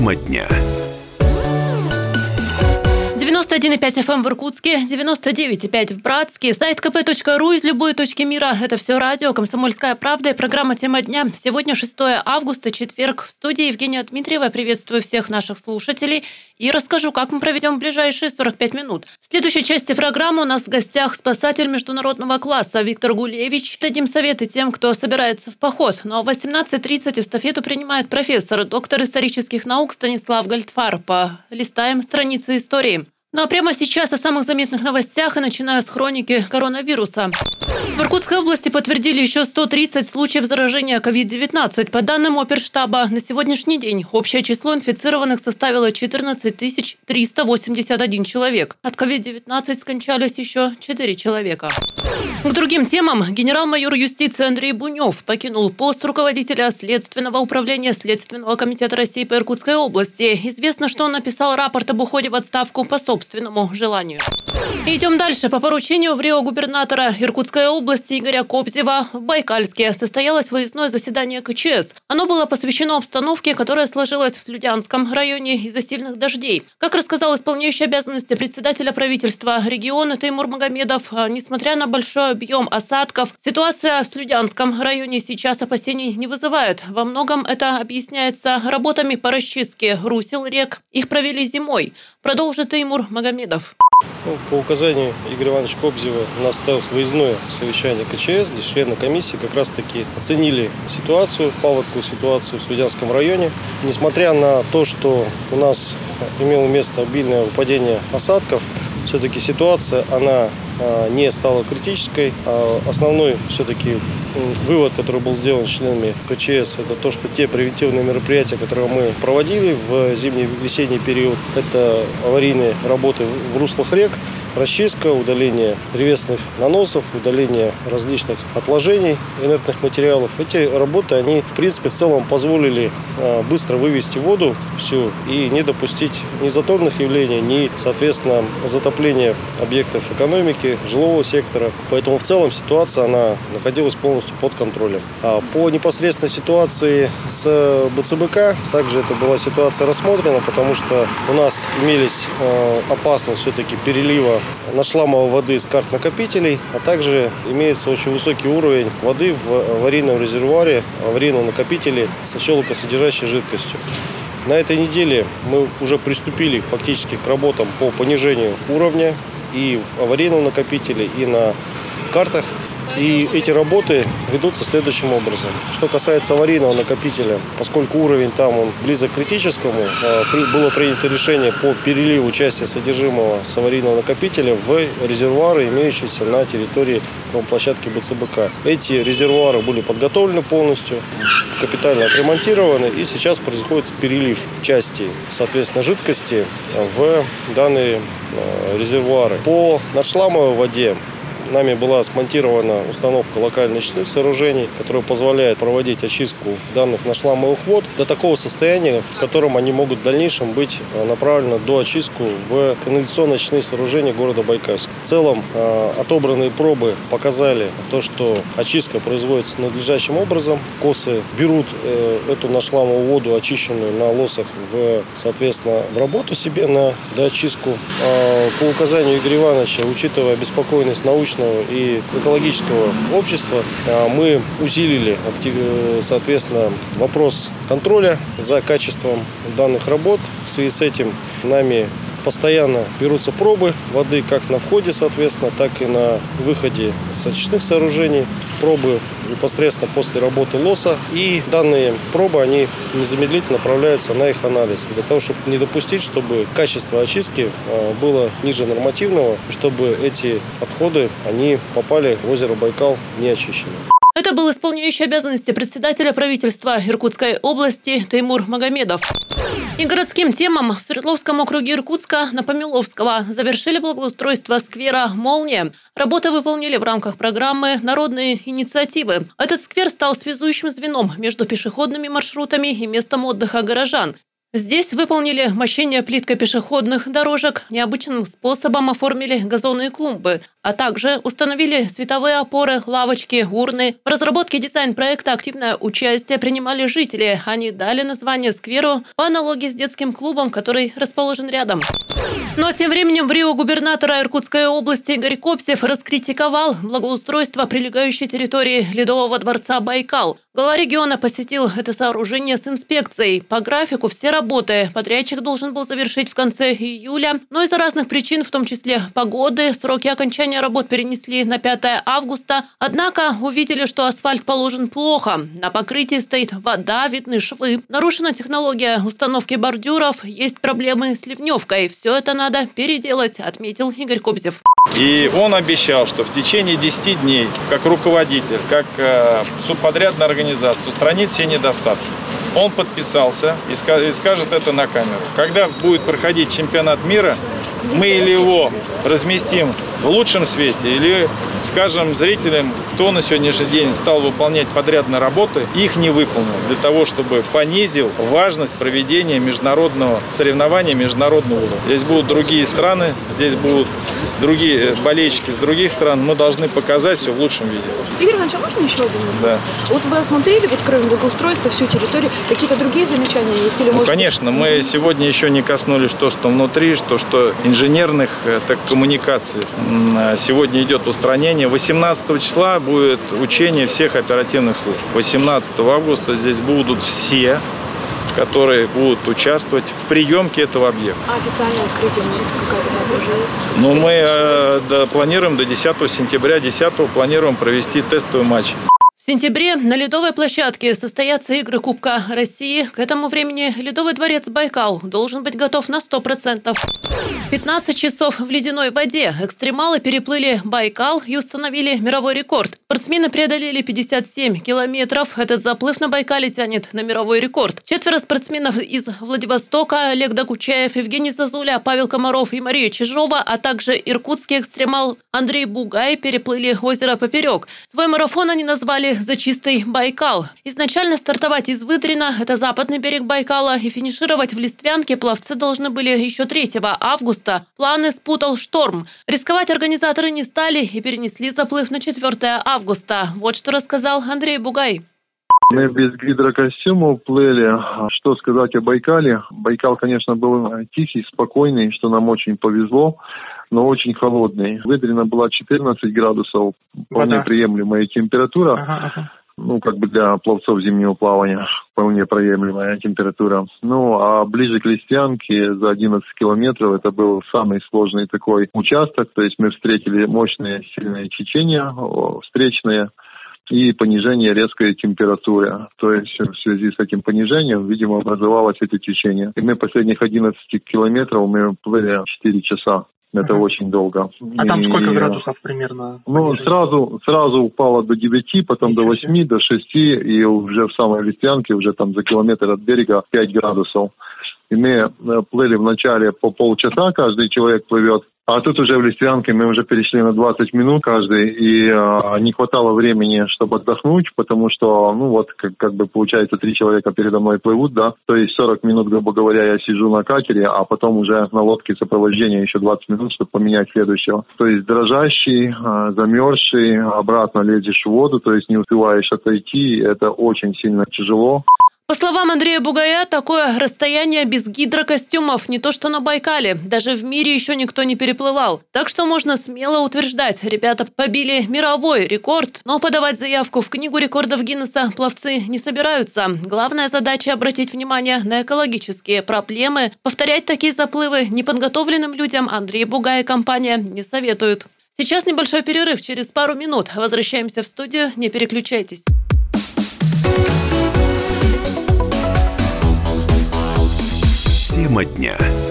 Тема дня. 91,5 FM в Иркутске, 99,5 в Братске, сайт kp.ru из любой точки мира. Это все радио «Комсомольская правда» и программа «Тема дня». Сегодня 6 августа, четверг. В студии Евгения Дмитриева. Приветствую всех наших слушателей и расскажу, как мы проведем ближайшие 45 минут. В следующей части программы у нас в гостях спасатель международного класса Виктор Гулевич. Дадим советы тем, кто собирается в поход. Но в 18:30 эстафету принимает профессор, доктор исторических наук Станислав Гольдфар. Полистаем страницы истории. Ну а прямо сейчас о самых заметных новостях и начинаю с хроники коронавируса. В Иркутской области подтвердили еще 130 случаев заражения COVID-19. По данным Оперштаба, на сегодняшний день общее число инфицированных составило 14 381 человек. От COVID-19 скончались еще 4 человека. К другим темам. Генерал-майор юстиции Андрей Бунев покинул пост руководителя Следственного управления Следственного комитета России по Иркутской области. Известно, что он написал рапорт об уходе в отставку по собственному желанию. Идем дальше. По поручению губернатора Иркутской области Игоря Кобзева в Байкальске состоялось выездное заседание КЧС. Оно было посвящено обстановке, которая сложилась в Слюдянском районе из-за сильных дождей. Как рассказал исполняющий обязанности председателя правительства региона Теймур Магомедов, несмотря на большой объем осадков, ситуация в Слюдянском районе сейчас опасений не вызывает. Во многом это объясняется работами по расчистке русел рек. Их провели зимой. Продолжит Теймур Магомедов. По указанию Игоря Ивановича Кобзева у нас состоялось выездное совещание КЧС, где члены комиссии как раз-таки оценили ситуацию, паводковую ситуацию в Слюдянском районе. Несмотря на то, что у нас имело место обильное выпадение осадков, все-таки ситуация, она не стала критической. Основной все-таки вывод, который был сделан членами КЧС, это то, что те превентивные мероприятия, которые мы проводили в зимний-весенний период, это аварийные работы в руслах рек, расчистка, удаление древесных наносов, удаление различных отложений инертных материалов. Эти работы, они в принципе в целом позволили быстро вывести воду всю и не допустить ни заторных явлений, ни, соответственно, затопления объектов экономики, жилого сектора. Поэтому в целом ситуация, она находилась полностью под контролем. А по непосредственной ситуации с БЦБК, также эта была ситуация рассмотрена, потому что у нас имелись опасность все-таки перелива нашламовой воды с карт накопителей, а также имеется очень высокий уровень воды в аварийном резервуаре, аварийном накопителе с щелокосодержащей жидкостью. На этой неделе мы уже приступили фактически к работам по понижению уровня и в аварийном накопителе, и на картах. И эти работы ведутся следующим образом. Что касается аварийного накопителя, поскольку уровень там он близок к критическому, было принято решение по переливу части содержимого с аварийного накопителя в резервуары, имеющиеся на территории площадки БЦБК. Эти резервуары были подготовлены полностью, капитально отремонтированы, и сейчас происходит перелив части, соответственно, жидкости в данные резервуары. По надшламовой воде нами была смонтирована установка локально-очистных сооружений, которая позволяет проводить очистку данных нашламовых вод до такого состояния, в котором они могут в дальнейшем быть направлены до очистку в канализационно-очистные сооружения города Байкальска. В целом отобранные пробы показали то, что очистка производится надлежащим образом. КОСы берут эту нашламовую воду, очищенную на лосах, соответственно, в работу себе на доочистку. По указанию Игоря Ивановича, учитывая обеспокоенность научного и экологического общества, мы усилили, соответственно, вопрос контроля за качеством данных работ. В связи с этим нами постоянно берутся пробы воды как на входе, соответственно, так и на выходе с очистных сооружений. Пробы непосредственно после работы лоса. И данные пробы, они незамедлительно направляются на их анализ. Для того, чтобы не допустить, чтобы качество очистки было ниже нормативного, чтобы эти отходы, они попали в озеро Байкал неочищенные. Это был исполняющий обязанности председателя правительства Иркутской области Теймур Магомедов. И городским темам в Свердловском округе Иркутска на Помиловского завершили благоустройство сквера «Молния». Работы выполнили в рамках программы «Народные инициативы». Этот сквер стал связующим звеном между пешеходными маршрутами и местом отдыха горожан. Здесь выполнили мощение плиткой пешеходных дорожек, необычным способом оформили газоны и клумбы, а также установили световые опоры, лавочки, урны. В разработке дизайн-проекта активное участие принимали жители. Они дали название скверу по аналогии с детским клубом, который расположен рядом. Но тем временем в Рио губернатора Иркутской области Игорь Кобзев раскритиковал благоустройство прилегающей территории Ледового дворца «Байкал». Глава региона посетил это сооружение с инспекцией. По графику все работы подрядчик должен был завершить в конце июля, но из-за разных причин, в том числе погоды, сроки окончания работ перенесли на 5 августа. Однако увидели, что асфальт положен плохо. На покрытии стоит вода, видны швы. Нарушена технология установки бордюров, есть проблемы с ливневкой. Все это надо переделать, отметил Игорь Кобзев. И он обещал, что в течение 10 дней, как руководитель, как субподрядная организация, устранит все недостатки. Он подписался и скажет это на камеру. Когда будет проходить чемпионат мира, мы или его разместим в лучшем свете, или скажем зрителям, кто на сегодняшний день стал выполнять подрядные работы, их не выполнил, для того, чтобы понизил важность проведения международного соревнования международного уровня. Здесь будут другие страны, здесь будут другие болельщики с других стран. Мы должны показать все в лучшем виде. Игорь Иванович, а можно еще один вопрос? Да. Вот вы осмотрели, кроме благоустройства, всю территорию, какие-то другие замечания есть? Или, конечно, мы сегодня еще не коснулись что внутри, что инженерных коммуникаций. Сегодня идет устранение. 18 числа будет учение всех оперативных служб. 18 августа здесь будут все, которые будут участвовать в приемке этого объекта. А официальное открытие какая-то дата уже есть? Ну, мы планируем до 10 сентября. 10 планируем провести тестовый матч. В сентябре на ледовой площадке состоятся игры Кубка России. К этому времени Ледовый дворец «Байкал» должен быть готов на 100%. 15 часов в ледяной воде. Экстремалы переплыли Байкал и установили мировой рекорд. Спортсмены преодолели 57 километров. Этот заплыв на Байкале тянет на мировой рекорд. 4 спортсменов из Владивостока: Олег Докучаев, Евгений Зазуля, Павел Комаров и Мария Чижова, а также иркутский экстремал Андрей Бугай переплыли озеро поперек. Свой марафон они назвали «За чистый Байкал». Изначально стартовать из Выдрина, это западный берег Байкала, и финишировать в Листвянке пловцы должны были еще 3 августа. Планы спутал шторм. Рисковать организаторы не стали и перенесли заплыв на 4 августа. Вот что рассказал Андрей Бугай. Мы без гидрокостюма плыли. Что сказать о Байкале? Байкал, конечно, был тихий, спокойный, что нам очень повезло, но очень холодный. Выдрина была 14 градусов, вполне приемлемая температура. Для пловцов зимнего плавания вполне приемлемая температура. А ближе к Листвянке за 11 километров это был самый сложный такой участок. То есть мы встретили мощные сильные течения встречные и понижение резкой температуры. То есть в связи с этим понижением, видимо, образовалось это течение. И мы последних 11 километров мы плыли 4 часа. Это очень долго. А там сколько градусов примерно? Сразу упало до 9, потом до 8, до 6, и уже в самой Листвянке, уже там за километр от берега 5 градусов. И мы плыли вначале по полчаса, каждый человек плывет. А тут уже в Листвянке мы уже перешли на 20 минут каждый, и не хватало времени, чтобы отдохнуть, потому что, получается, 3 человека передо мной плывут, да, то есть 40 минут, грубо говоря, я сижу на катере, а потом уже на лодке сопровождения еще 20 минут, чтобы поменять следующего. То есть дрожащий, замерзший, обратно лезешь в воду, то есть не успеваешь отойти, это очень сильно тяжело. По словам Андрея Бугая, такое расстояние без гидрокостюмов не то что на Байкале. Даже в мире еще никто не переплывал. Так что можно смело утверждать, ребята побили мировой рекорд. Но подавать заявку в Книгу рекордов Гиннесса пловцы не собираются. Главная задача – обратить внимание на экологические проблемы. Повторять такие заплывы неподготовленным людям Андрей Бугай и компания не советуют. Сейчас небольшой перерыв, через пару минут. Возвращаемся в студию, не переключайтесь. Тема дня.